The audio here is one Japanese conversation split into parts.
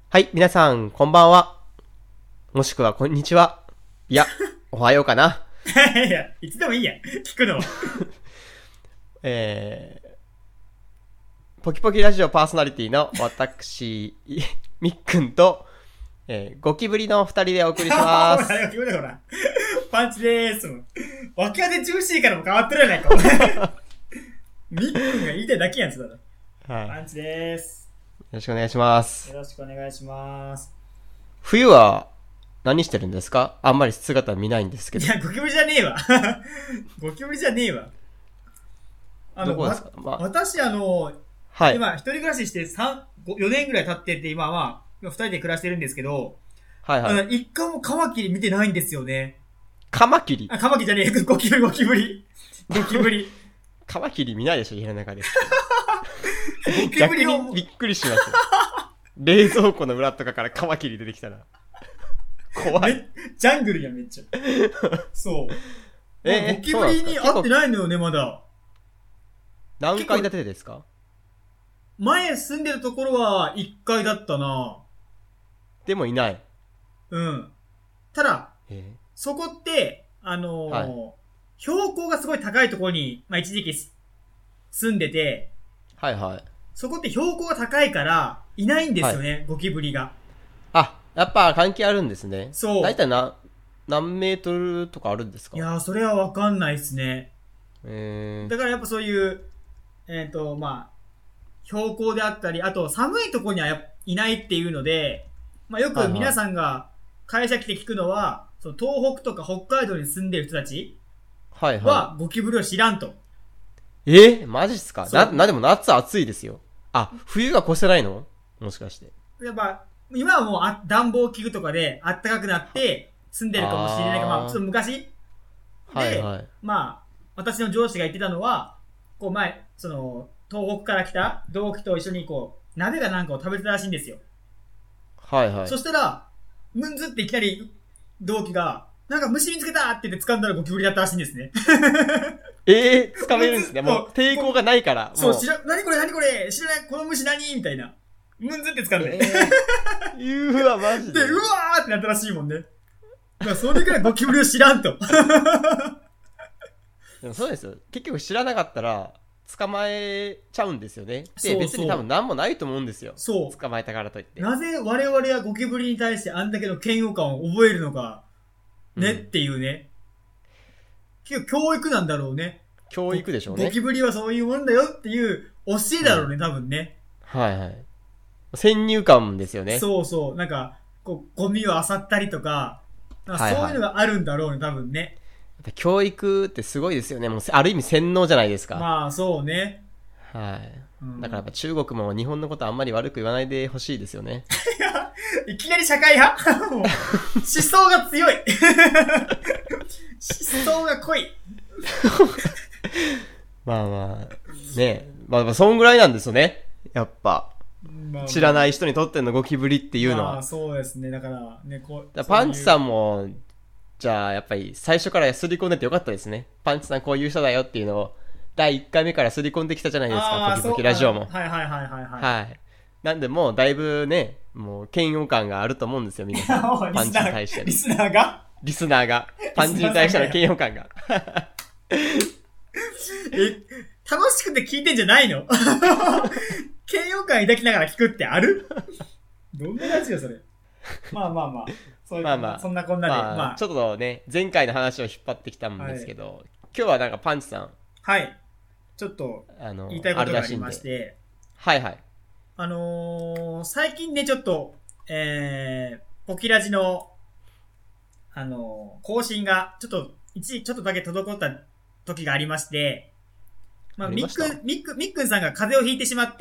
はい、皆さん、こんばんは。もしくは、こんにちは。いや、おはようかな。 いや、いつでもいいやん。聞くのは。 えポキポキラジオパーソナリティの私、みっくんと、ゴキブリの二人でお送りしまほす。 ら、聞こえたほら。パンチでーす。脇当てジューシーからも変わってるやないか、お前。ミックンが言いたいだけやんつだろ。 はい。よパンチでーす。 ろしくお願いします。 よろしくお願いします。 冬は何してるんですか？あんまり姿見ないんですけど。 いや、ゴキブリじゃねえわ。ゴキブリじゃねえわ。 どこですか？ 私、 はい。 今、一人暮らしして4年ぐらい経ってて、今二人で暮らしてるんですけど、 はいはい。 一回もカマキリ見てないんですよね。 カマキリ。 カマキリじゃねえ、ゴキブリ。ゴキブリ。 カマキリ見ないでしょ、家の中で。 ゴキブ逆リをにびっくりしますよ。冷蔵庫の裏とかからカマキリ出てきたら。怖い。 ジャングルやん、めっちゃ。そう。ゴキブリに会ってないのよね、まだ。 何階建てですか？ 前住んでるところは1階だったな。 でもいない。 うん。ただ、 えそこって、 はい、 標高がすごい高いところに、一時期住んでて、 はいはい。 そこって標高が高いから、いないんですよね、ゴキブリが。 あ、やっぱ関係あるんですね。 そう。 だいたい何メートルとかあるんですか？ いやー、それはわかんないっすね。 だだからやっぱそういう、標高であったり、あと寒いところにはいないっていうので、よく皆さんが会社来て聞くのは、その東北とか北海道に住んでる人たちはいはい。 はゴキブリを知らんと。 マジっすか？でも夏暑いですよ。あ、冬が越せないの？もしかして。 やっぱ、今はもう暖房器具とかで暖かくなって住んでるかもしれないけど、ちょっと昔で、 はいはい。 私の上司が言ってたのは、東北から来た同期と一緒に鍋かなんかを食べてたらしいんですよ。 はいはい。 そしたら、ムンズっていきなり同期が、なんか虫見つけたって言って掴んだらゴキブリだったらしいんですね。 掴めるんですね。もう抵抗がないから。 そう、何これ知らないこの虫何みたいな。ムンズって掴んで。 うわ、マジで。 で、うわーってなったらしいもんね。だからそれくらいゴキブリを知らんと。 でもそうですよ。結局知らなかったら、捕まえちゃうんですよね。で、 そう別に多分何もないと思うんですよ。 そう。 捕まえたからといって。 なぜ我々はゴキブリに対してあんだけの嫌悪感を覚えるのか、ね、っていうね。結構教育なんだろうね。 教育でしょうね。 ゴキブリはそういうもんだよっていう教えだろうね、多分ね。 はいはい。先入観ですよね。 そうそう。なんか、ゴミを漁ったりとか、そういうのがあるんだろうね、多分ね。 教育ってすごいですよね。もうある意味洗脳じゃないですか。 そうね。 はい。だからやっぱ中国も日本のことあんまり悪く言わないでほしいですよね。 いきなり社会派もう思想が強い思想が濃いそんぐらいなんですよね。やっぱ。知らない人にとってのゴキブリっていうのは。 そうですね。だからね、 パンチさんも、じゃあやっぱり最初から刷り込んでてよかったですね。パンチさんこういう人だよっていうのを第1回目から刷り込んできたじゃないですか。ポキポキラジオも。はい。なんでもうだいぶね、もう嫌悪感があると思うんですよ、皆さん。パンチに対して。 リスナーがパンチに対しての嫌悪感が。 楽しくて聞いてんじゃないの嫌悪感抱きながら聞くってあるどんなラジオそれそんなこんなで。 ちょっとね、前回の話を引っ張ってきたんですけど、今日はなんかパンチさん。 はい。ちょっと、言いたいことがありまして。 はいはい。 最近ね、ちょっと、ポキラジの、更新が、ちょっとだけ滞った時がありまして、みっくんさんが風邪をひいてしまって、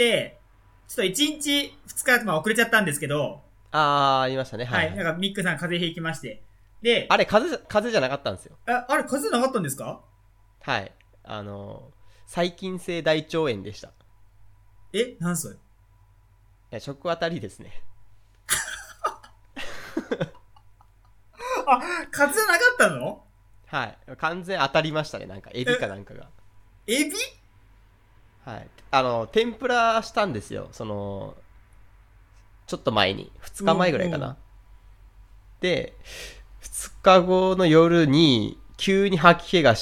ちょっと1日2日、遅れちゃったんですけど、 ありましたね。 はい。なんか、ミックさん風邪ひきまして。で、 あれ、風邪じゃなかったんですよ。 あれ、風邪なかったんですか？ はい。細菌性大腸炎でした。 なんそれ？ 食当たりですね。 風邪なかったの？ はい。完全当たりましたね。なんか、エビかなんかが。 エビ？ はい。天ぷらしたんですよ。 ちょっと前に、2日前ぐらいかな。で、2日後の夜に、急に吐き気がして、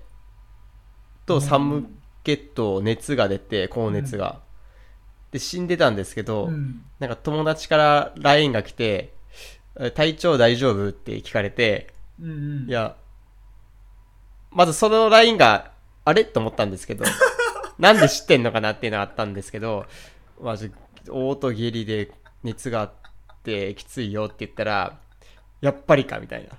寒気と熱が出て、高熱が。で、死んでたんですけど、なんか友達から LINE が来て、体調大丈夫って聞かれて、いや、まずその LINE が、あれと思ったんですけど、なんで知ってんのかなっていうのがあったんですけど、まず、嘔吐下痢で熱があってきついよって言ったら、やっぱりかみたいな。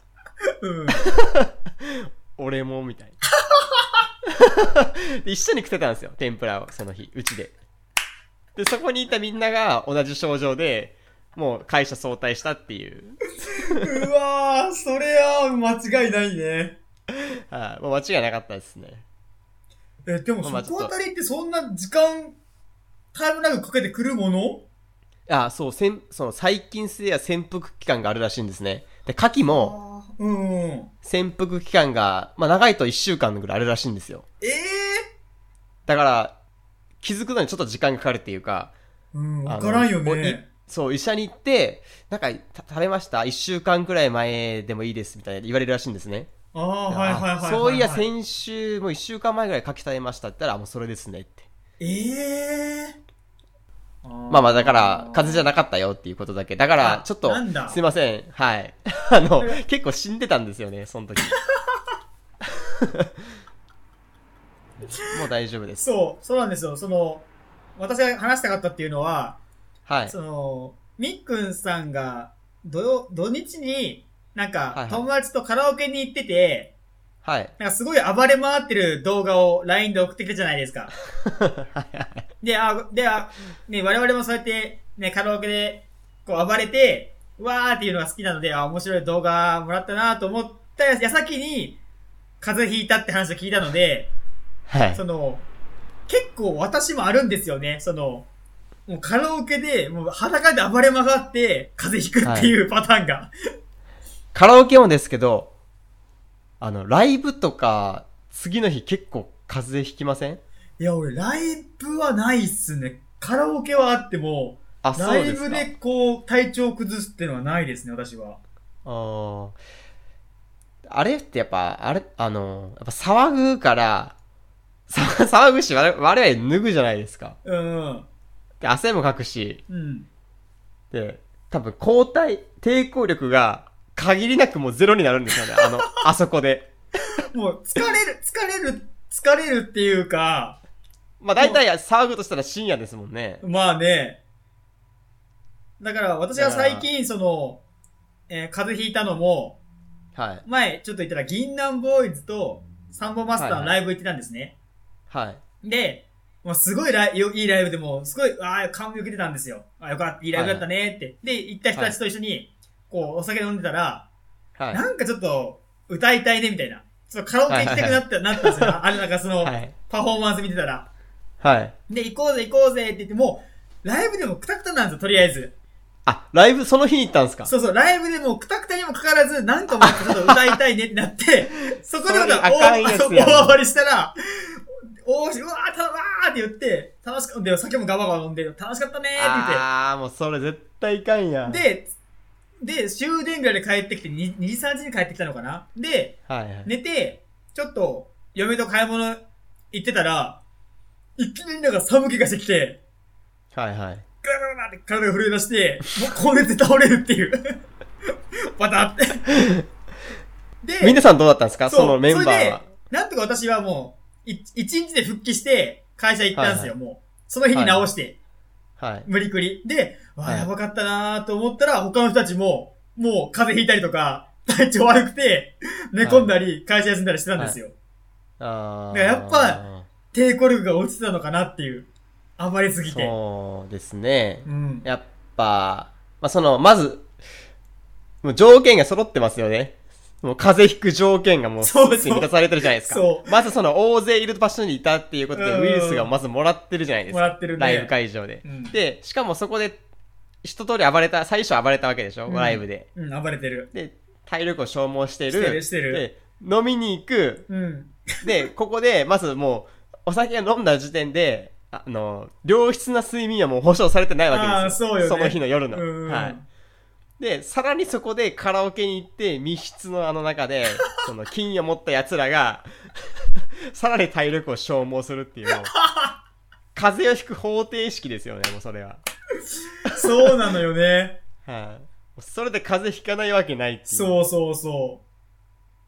俺もみたいな。一緒に食ってたんですよ、天ぷらをその日、うちで。で、そこにいたみんなが同じ症状で、もう会社早退したっていう。 うわー、それは間違いないね。 はい、もう間違いなかったですね。 でもそこあたりってそんな時間、タイムラグかけてくるもの？ そう、その細菌性や潜伏期間があるらしいんですね。で、牡蠣も、潜伏期間が、まあ長いと1週間ぐらいあるらしいんですよ。だから、気づくのにちょっと時間がかかるっていうか、 わからんよね。 そう、医者に行って、なんか、食べました ?1 週間くらい前でもいいですみたいな言われるらしいんですね。そういや、先週、もう1週間前ぐらい牡蠣食べましたって言ったら、もうそれですねって。まあまあ、だから、風邪じゃなかったよっていうことだけ。だから、ちょっと、すいません。はい。結構死んでたんですよね、その時。もう大丈夫です。 そうなんですよ。私が話したかったっていうのは、 はい。 みっくんさんが、土日に、なんか、友達とカラオケに行ってて、 はい。 なんかすごい暴れ回ってる動画を LINE で送ってくるじゃないですか。で、ね、我々もそうやって、ね、カラオケで、こう暴れて、わーっていうのが好きなので、面白い動画もらったなと思った矢先に、風邪ひいたって話を聞いたので、 はい。 結構私もあるんですよね。もうカラオケで、もう裸で暴れまがって、風邪ひくっていうパターンが。はい、 カラオケもですけど、ライブとか、次の日結構風邪ひきません？ いや、俺、ライブはないっすね。カラオケはあっても、ライブでこう、体調崩すっていうのはないですね、私は。 あれってやっぱ騒ぐから、騒ぐし、我々脱ぐじゃないですか。で、汗もかくし。で、多分抵抗力が限りなくもうゼロになるんですよね。あそこで。 もう、疲れるっていうか。 まあ大体騒ぐとしたら深夜ですもんね。 まあね。だから私は最近、風邪ひいたのも、 はい。 前、ちょっと言ったら、銀杏ボーイズとサンボマスターのライブ行ってたんですね。 はい。 で、もうすごいいいライブでも、すごい、感動受けてたんですよ。よかった、いいライブだったねって。で、行った人たちと一緒に、こう、お酒飲んでたら、なんかちょっと、歌いたいね、みたいな。カラオケ行きたくなったんですよ。なんかパフォーマンス見てたら。 はい。 で、行こうぜって言って、もう、ライブでもクタクタなんですよ、とりあえず。 ライブその日に行ったんですか？ そう、ライブでもクタクタにもかかわらず、なんかもちょっと歌いたいねってなって、そこでまた大暴れしたら、うわーって言って、楽しかった。で、酒もガバガバ飲んで、楽しかったねーって言って。 もうそれ絶対いかんやん。 で、終電ぐらいで帰ってきて、2時3時に帰ってきたのかなで、寝て、ちょっと、嫁と買い物行ってたら、いきなりなんか寒気がしてきて、ガラガラって体が震え出して、もう高熱で倒れるっていう。バタって。 で、皆さんどうだったんですか？そのメンバーは。それで、 なんとか私はもう、1日で復帰して、会社行ったんですよ、もう。その日に直して。無理くり。で、やばかったなーと思ったら、他の人たちも、もう風邪ひいたりとか、体調悪くて、寝込んだり、会社休んだりしてたんですよ。やっぱ、抵抗力が落ちてたのかなっていう。暴れすぎて。 そうですね。やっぱ、まず、もう条件が揃ってますよね。もう風邪ひく条件がもうすでに満たされてるじゃないですか。まず大勢いる場所にいたっていうことでウイルスがまずもらってるじゃないですか。 もらってるね。 ライブ会場で。で、しかもそこで一通り最初暴れたわけでしょ、ライブで。 暴れてる。 で、体力を消耗してる。 してる。 で、飲みに行く。で、ここでまずもうお酒を飲んだ時点で良質な睡眠はもう保証されてないわけですよ。 そうよね。 その日の夜の。はい。で、さらにそこでカラオケに行って、密室の中で、その金を持った奴らが、さらに体力を消耗するっていうのを、風邪をひく方程式ですよね、もうそれは。 そうなのよね。 はい。それで風邪ひかないわけないっていう。 そうそうそう。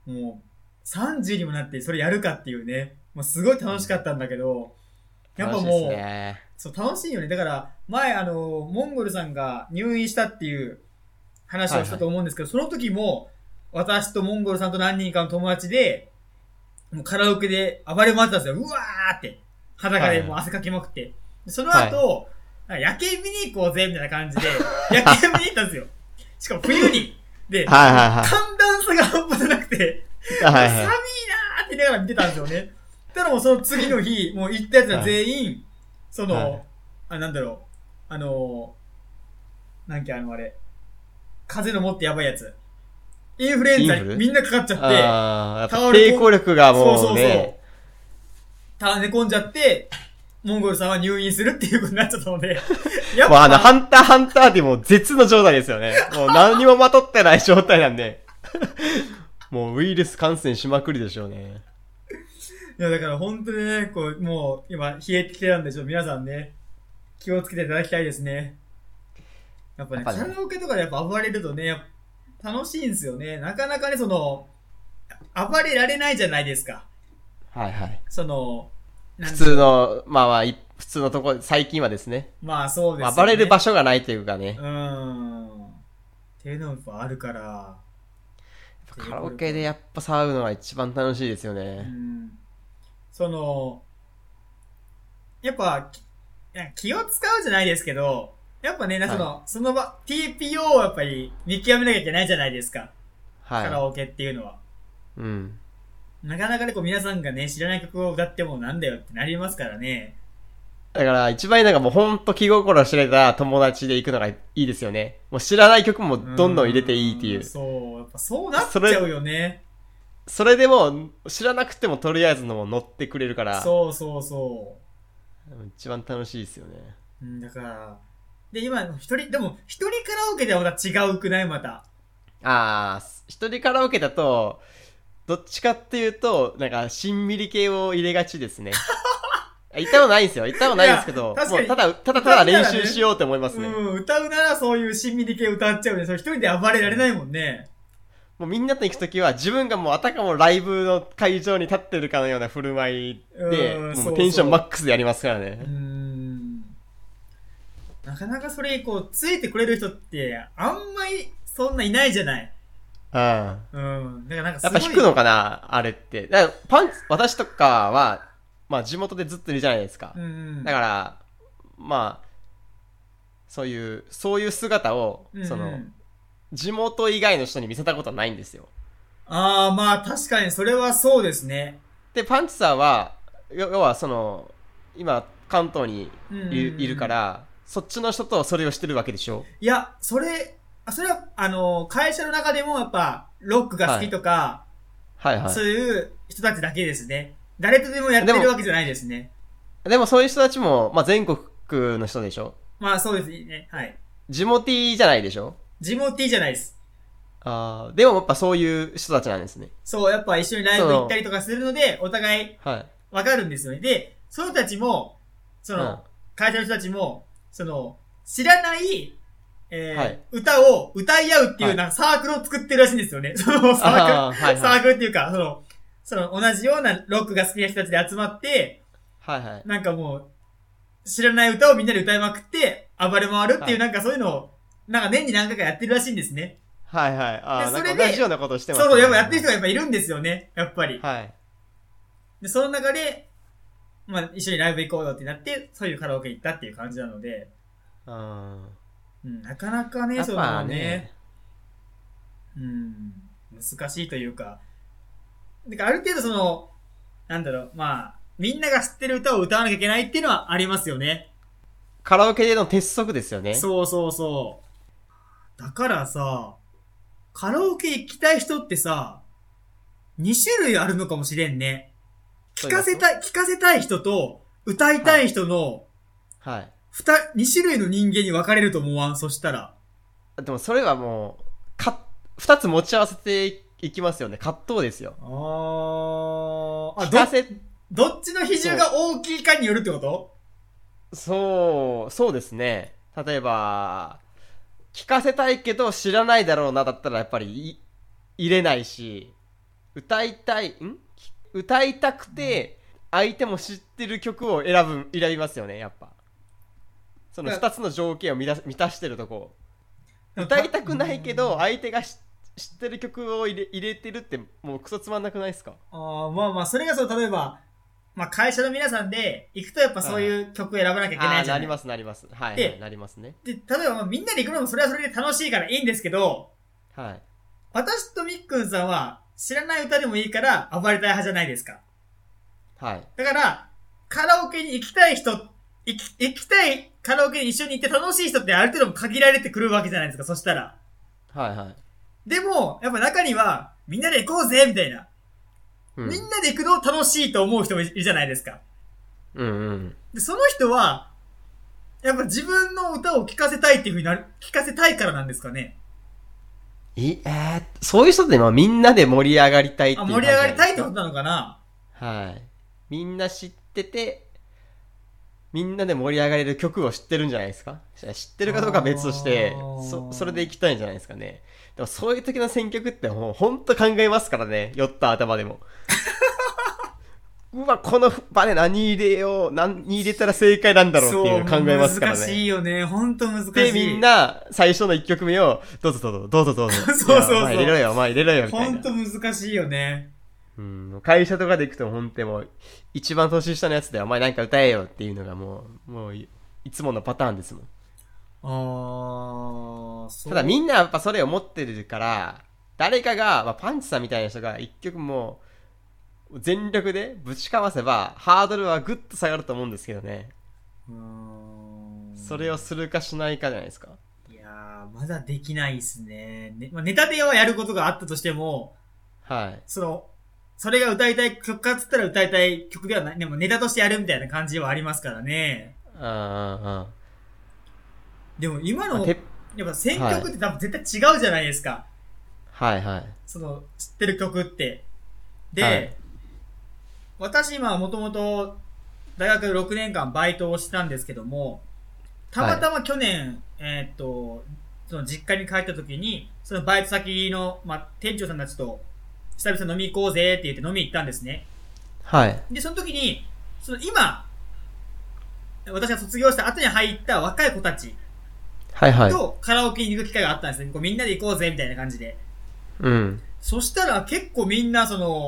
もう、30にもなってそれやるかっていうね。もうすごい楽しかったんだけど、やっぱもう、そう楽しいよね。だから、前モンゴルさんが入院したっていう話をしたと思うんですけど、その時も、私とモンゴルさんと何人かの友達で、もうカラオケで暴れ回ってたんですよ。うわーって。裸でもう汗かきまくって。その後、夜景見に行こうぜみたいな感じで、夜景見に行ったんですよ。しかも冬に。で、寒暖差が半端じゃなくて、寒いなーって言いながら見てたんですよね。ただもうその次の日、もう行ったやつら全員、なんだろう、なんかあれ、風邪の持ってやばいやつ。インフルエンザにみんなかかっちゃって、 抵抗力がもうね。そう。 寝込んじゃって、モンゴルさんは入院するっていうことになっちゃったので。 やっぱハンターってもう絶の状態ですよね。もう何にもまとってない状態なんで。もうウイルス感染しまくりでしょうね。 いや、だから本当にね、もう今冷えてきてたんでしょ。皆さんね、気をつけていただきたいですね。やっぱね、カラオケとかでやっぱ暴れるとね、楽しいんですよね。なかなかね、暴れられないじゃないですか。 はいはい。 普通の、普通のとこ、最近はですね。 まあそうですね。 暴れる場所がないというかね。 っていうのもやっぱあるから。 カラオケでやっぱ騒ぐのが一番楽しいですよね。 やっぱ、気を使うじゃないですけど、やっぱね、その場、TPO をやっぱり見極めなきゃいけないじゃないですか。はい。カラオケっていうのは。 うん。 なかなかね、皆さんがね、知らない曲を歌ってもなんだよってなりますからね。 だから一番いいのがもうほんと気心知れた友達で行くのがいいですよね。もう知らない曲もどんどん入れていいっていう。 そう、やっぱそうなっちゃうよね。 それでも知らなくてもとりあえずのも乗ってくれるから。 そう。 一番楽しいですよね。 だから、で、今、一人カラオケではまた違うくないまた。 一人カラオケだと、どっちかっていうと、しんみり系を入れがちですね。言ったことないんですよ。言ったことないんですけど、もうただ練習しようって思いますね。 歌うならそういうしんみり系歌っちゃうね。一人で暴れられないもんね。 もうみんなと行くときは自分がもうあたかもライブの会場に立ってるかのような振る舞いで、もうテンションマックスでやりますからね。 なかなかそれついてくれる人ってあんまりそんないないじゃない。だからやっぱ弾くのかなあれって。私とかは、地元でずっといるじゃないですか。だから、そういう姿を、地元以外の人に見せたことはないんですよ。 確かにそれはそうですね。 で、パンチさんは、要は今、関東にいるから、そっちの人とそれをしてるわけでしょ？ いや、それは、会社の中でもやっぱ、ロックが好きとか、そういう人たちだけですね。誰とでもやってるわけじゃないですね。 でもそういう人たちも、全国の人でしょ？ そうですね。はい。 地元じゃないでしょ？ 地元じゃないです。 でもやっぱそういう人たちなんですね。 そう、やっぱ一緒にライブ行ったりとかするので、お互い、わかるんですよね。で、その人たちも、会社の人たちも、知らない、歌を歌い合うっていうサークルを作ってるらしいんですよね。サークルっていうか、同じようなロックが好きな人たちで集まって、なんかもう、知らない歌をみんなで歌いまくって、暴れ回るっていう、そういうのを、年に何回かやってるらしいんですね。 それで同じようなことしてますね。そう、やってる人がやっぱいるんですよね。やっぱり。で、その中で、一緒にライブ行こうよってなって、そういうカラオケ行ったっていう感じなので。なかなかね、難しいというか。ある程度みんなが知ってる歌を歌わなきゃいけないっていうのはありますよね。 カラオケでの鉄則ですよね。 そう。だからさ、カラオケ行きたい人ってさ、2種類あるのかもしれんね。聞かせたい人と、 歌いたい人の、 はい。 2種類の人間に分かれると思わん？そしたら。 でもそれはもう、2つ持ち合わせていきますよね。葛藤ですよ。 どっちの比重が大きいかによるってこと？ そうですね。例えば、聞かせたいけど知らないだろうなだったらやっぱり入れないし、歌いたくて相手も知ってる曲を選びますよね、やっぱ。その2つの条件を満たしてるとこ。歌いたくないけど相手が知ってる曲を入れてるってもうクソつまんなくないですか？ まあそれがそう、例えば、まあ会社の皆さんで行くとやっぱそういう曲を選ばなきゃいけないじゃない。 なります。はい、はい、なりますね。 で、例えばみんなで行くのもそれはそれで楽しいからいいんですけど、 はい。 私とみっくんさんは知らない歌でもいいから暴れたい派じゃないですか。 はい。 だから、カラオケに行きたいカラオケに一緒に行って楽しい人ってある程度も限られてくるわけじゃないですか、そしたら。 はいはい。 でも、やっぱ中には、みんなで行こうぜみたいな。みんなで行くのを楽しいと思う人もいるじゃないですか。 うんうん。 で、その人は、やっぱ自分の歌を聴かせたいっていう風に聴かせたいからなんですかね。 そういう人ってみんなで盛り上がりたいっていう感じなんですか？ 盛り上がりたいってことなのかな？ はい。みんな知ってて、みんなで盛り上がれる曲を知ってるんじゃないですか？知ってるかどうかは別として、それで行きたいんじゃないですかね。でもそういう時の選曲ってもうほんと考えますからね。酔った頭でも。うわ、この場で何入れたら正解なんだろうっていうのを考えますからね。 難しいよね。ほんと難しい。 で、みんな、最初の1曲目を、どうぞ。 そう。 お前入れろよ、みたいな。 ほんと難しいよね。 会社とかで行くとほんともう、一番年下のやつで、お前なんか歌えよっていうのがもう、いつものパターンですもん。 そう。 ただみんなやっぱそれを持ってるから、誰かが、パンチさんみたいな人が1曲も全力でぶちかませばハードルはぐっと下がると思うんですけどね。それをするかしないかじゃないですか。 いやー、まだできないっすね。ネタではやることがあったとしても、 はい。 それが歌いたい曲かっつったら歌いたい曲ではない。でもネタとしてやるみたいな感じはありますからね。でも今の、やっぱ選曲って多分絶対違うじゃないですか。 はいはい。 知ってる曲って。で、私今もともと大学6年間バイトをしたんですけども、たまたま去年、その実家に帰った時に、そのバイト先の、店長さんたちと久々飲み行こうぜって言って飲み行ったんですね。 はい。 で、その時に、今、私が卒業した後に入った若い子たちとカラオケに行く機会があったんですね。みんなで行こうぜみたいな感じで。 うん。 そしたら結構みんな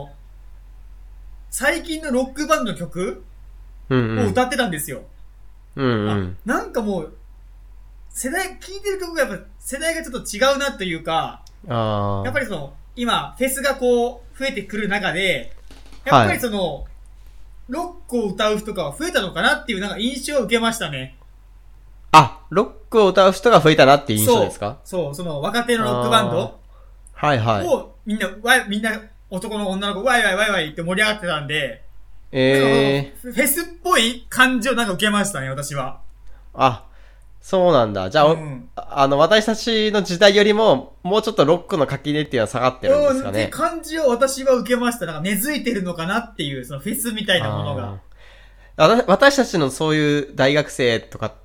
最近のロックバンドの曲を歌ってたんですよ。なんかもう、聴いてる曲がやっぱ世代がちょっと違うなというか、やっぱり今、フェスが増えてくる中で、やっぱりロックを歌う人が増えたのかなっていうなんか印象を受けましたね。 ロックを歌う人が増えたなっていう印象ですか？ そう、若手のロックバンドをみんな男の女の子ワイワイって盛り上がってたんで、フェスっぽい感じをなんか受けましたね、私は。 そうなんだ。じゃあ、私たちの時代よりも、もうちょっとロックの垣根っていうのは下がってるんですかね。 って感じを私は受けました。なんか根付いてるのかなっていう、フェスみたいなものが。 私たちのそういう大学生とかって、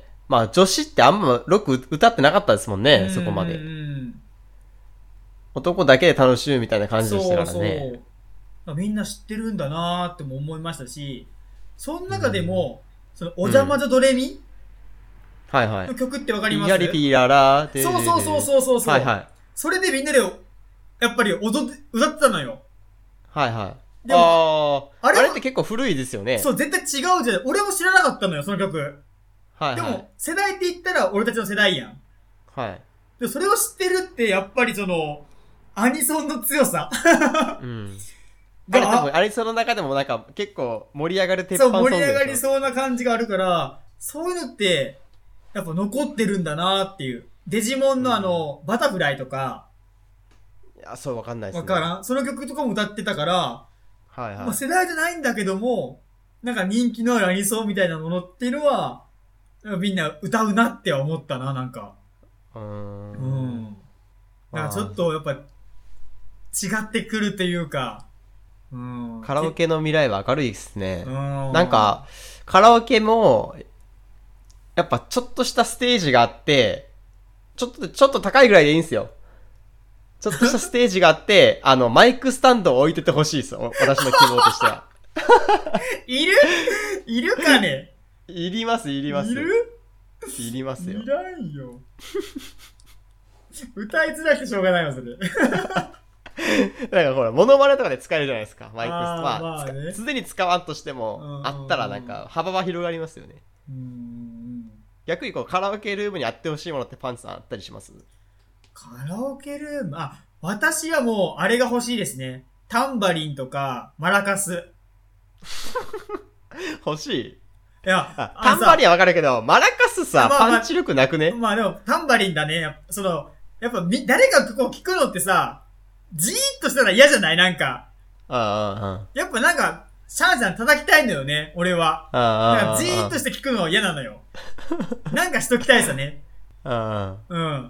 女子ってあんまロック歌ってなかったですもんね、そこまで。男だけで楽しむみたいな感じでしたからね。 そう。みんな知ってるんだなーっても思いましたし、その中でも、お邪魔女ドレミの曲ってわかります？ やりピーララーそう。それでみんなで、やっぱり歌ってたのよ。 でもあれって結構古いですよね。 そう、絶対違うじゃない。俺も知らなかったのよ、その曲。でも、世代って言ったら俺たちの世代やん。でそれを知ってるって、やっぱりアニソンの強さ。 アニソンの中でもなんか結構盛り上がる鉄板ソングでしょ。 そう、盛り上がりそうな感じがあるから、そういうのって、やっぱ残ってるんだなっていう。デジモンのバタフライとか。 そう、わかんないですね。 わからん。その曲とかも歌ってたから、世代じゃないんだけども、 なんか人気のあるアニソンみたいなものっていうのは、みんな歌うなって思ったな、なんか。うん。なんかちょっとやっぱ違ってくるというか、 うん、カラオケの未来は明るいですね。なんか、カラオケも、やっぱちょっとしたステージがあって、ちょっと高いぐらいでいいんですよ。ちょっとしたステージがあって、マイクスタンドを置いててほしいですよ。私の希望としては。 いるかね？ いります。いりますよ。 いらんよ。歌いづらくてしょうがないわ、それ。 なんかほら、モノマネとかで使えるじゃないですか、マイクスタンド。まあね、すでに使わんとしても、あったらなんか幅は広がりますよね。逆にこう、カラオケルームにあってほしいものってパンツさんあったりします？ カラオケルーム、私はもう、あれが欲しいですね。タンバリンとか、マラカス。 欲しい？ いや、 タンバリンはわかるけど、マラカスさ、パンチ力なくね？ でも、タンバリンだね。やっぱ誰かこう聞くのってさ、じーっとしたら嫌じゃない？なんか。やっぱなんか、シャンシャン叩きたいのよね、俺は。なんかじーっとして聞くの嫌なのよ。なんかしときたいさね。うん。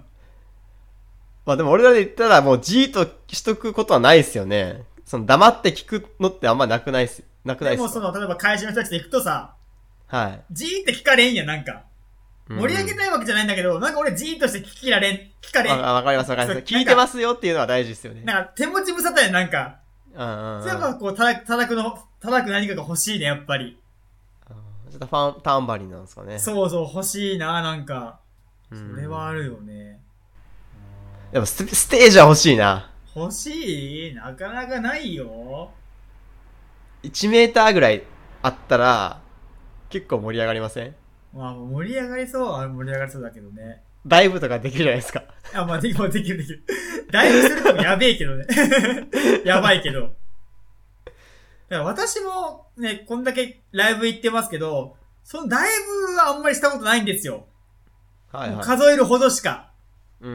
まあでも俺らで言ったらもうじーっとしとくことはないですよね。黙って聞くのってあんまなくないっす。なくないっす。 でも例えば会社の人たちで行くとさ、 はい。 じーって聞かれんや、なんか。盛り上げたいわけじゃないんだけど、なんか俺じーっとして聞かれん。 わかります。聞いてますよっていうのは大事ですよね。 なんか手持ち無沙汰や、なんか。それはこう、叩く何かが欲しいね、やっぱり。 ちょっとタンバリンなんですかね。 そう、欲しいな、なんか。それはあるよね。 でもステージは欲しいな。 欲しい？なかなかないよ。 1メーターぐらいあったら、結構盛り上がりません？ まあ、盛り上がりそうだけどね。 ダイブとかできるじゃないですか。 できる。ダイブするともやべえけどね。やばいけど。だから私もね、こんだけライブ行ってますけど、そのダイブはあんまりしたことないんですよ。はいはい。数えるほどしか。うん。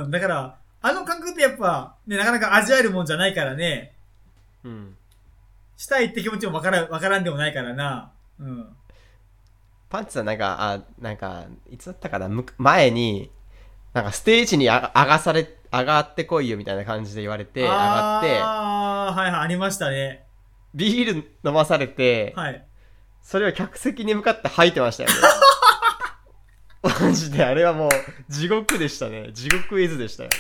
だから、あの感覚ってやっぱ、ね、なかなか味わえるもんじゃないからね。うん。したいって気持ちもわからんでもないからな。うん。 パンチさんなんか、いつだったかな、前に、なんかステージに上がってこいよみたいな感じで言われて、上がって、 はい、ありましたね。 ビール飲まされて、はい。それを客席に向かって吐いてましたよね。マジで、あれはもう、地獄でしたね。地獄絵図でしたよ。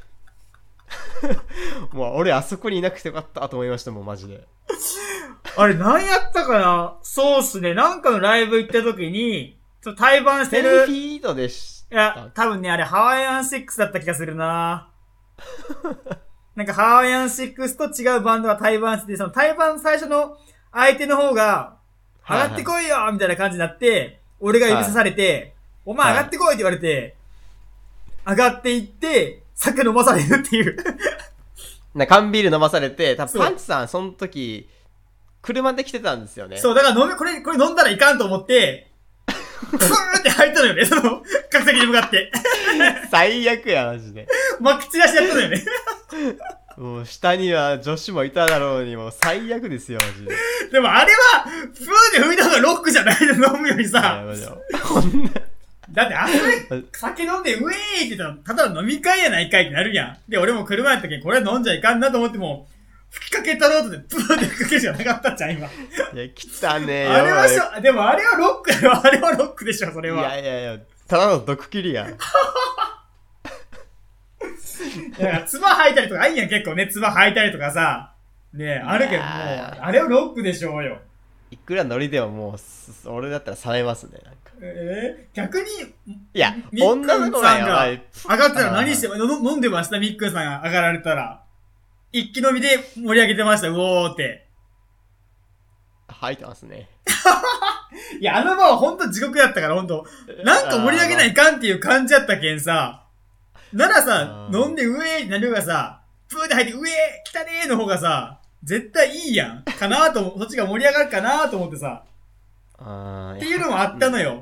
もう、俺あそこにいなくてよかったと思いましたもん、マジで。 あれ、何やったかな？そうっすね。なんかのライブ行った時に、対バンしてる。 10フィートでした。 いや、多分ね、あれ、ハワイアンシックスだった気がするな。なんか、ハワイアンシックスと違うバンドが対バンしてて、その対バン最初の相手の方が、上がってこいよみたいな感じになって、俺が指さされて、お前上がってこいって言われて、上がっていって、酒飲まされるっていう。 缶ビール飲まされて、多分パンチさん、その時、車で来てたんですよね。 そう、だからこれ飲んだらいかんと思って、ふーって入ったのよね、客席に向かって。 最悪や、マジで。 まき散らしやったのよね。 もう、下には女子もいただろうに、もう最悪ですよ、マジで。 でもあれは、ふーで吹いた方がロックじゃないの、飲むよりさ。だってあれ、酒飲んで、ウェーイって言ったら、ただの飲み会やないかいってなるやん。で、俺も車やった時に、これ飲んじゃいかんなと思っても、吹きかけたろうとで、プーって吹きかけじゃなかったじゃん、今。いや、来たねよ。あれはでもあれはロックやろ、あれはロックでしょ、それは。 いや、ただの毒切りやん。 だから、唾吐いたりとかあんやん、結構ね、唾吐いたりとかさ。ねあるけど、もう、あれはロックでしょうよ。 いくらノリでももう、俺だったら冷めますね、なんか。 逆に、 いや、女の子がやばい。 上がったら何して飲んでました、ミックさんが上がられたら。一気飲みで盛り上げてました、うおーって。 吐いてますね。 いや、あの場はほんと地獄やったから、ほんと。なんか盛り上げないかんっていう感じやったけんさ。ならさ、飲んで上ーってなるがさ、プーって入って上ー来たねーの方がさ、絶対いいやん。かなーと、そっちが盛り上がるかなーと思ってさ。っていうのもあったのよ。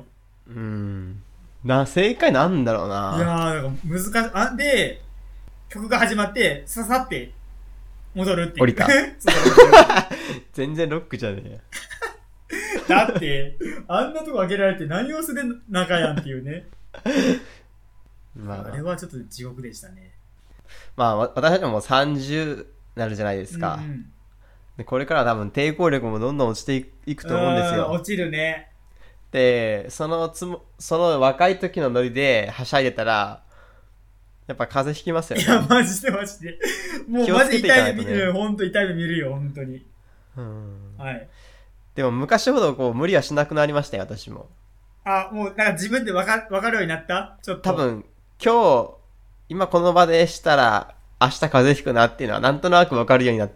正解なんだろうな。 いやー、なんか難しい。で、曲が始まって、ささって、戻るっていう。 降りた。全然ロックじゃねえだって、あんなとこ開けられて何をする仲やんっていうね。あれはちょっと地獄でしたね。 まあ、私たちももう30なるじゃないですか。でこれから多分抵抗力もどんどん落ちていくと思うんですよ。 落ちるね。 で、その若い時のノリではしゃいでたら、やっぱ風邪ひきますよね。 いや、マジで。もうマジ痛い目見る。ほんと痛い目見るよ、ほんとに。はい。 でも昔ほどこう無理はしなくなりましたよ、私も。 あ、もうなんか自分でわかるようになった？ちょっと。 多分、今この場でしたら、明日風邪ひくなっていうのはなんとなくわかるようになって、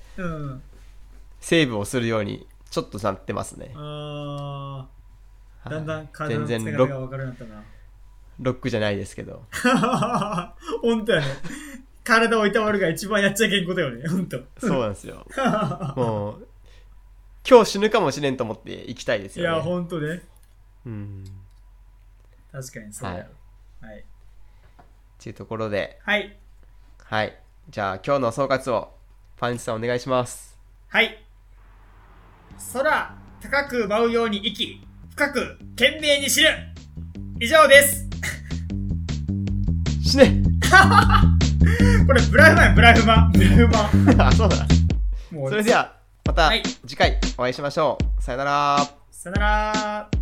セーブをするようにちょっとなってますね。 だんだん体の使い方がわかるようになったな。 ロックじゃないですけど。 本当やね。体をいたわるが一番やっちゃいけんことよね。本当。 そうなんですよ。もう今日死ぬかもしれんと思って生きたいですよね。 いや本当ね。確かにそうだよ。はい。 っていうところで。 はい。 はい。じゃあ今日の総括をパンチさんお願いします。 はい。空高く舞うように生き、深く懸命に死ぬ。以上です。 死ねこれブラフマあ、そうだ。それではまた次回お会いしましょう。さよなら。 さよなら。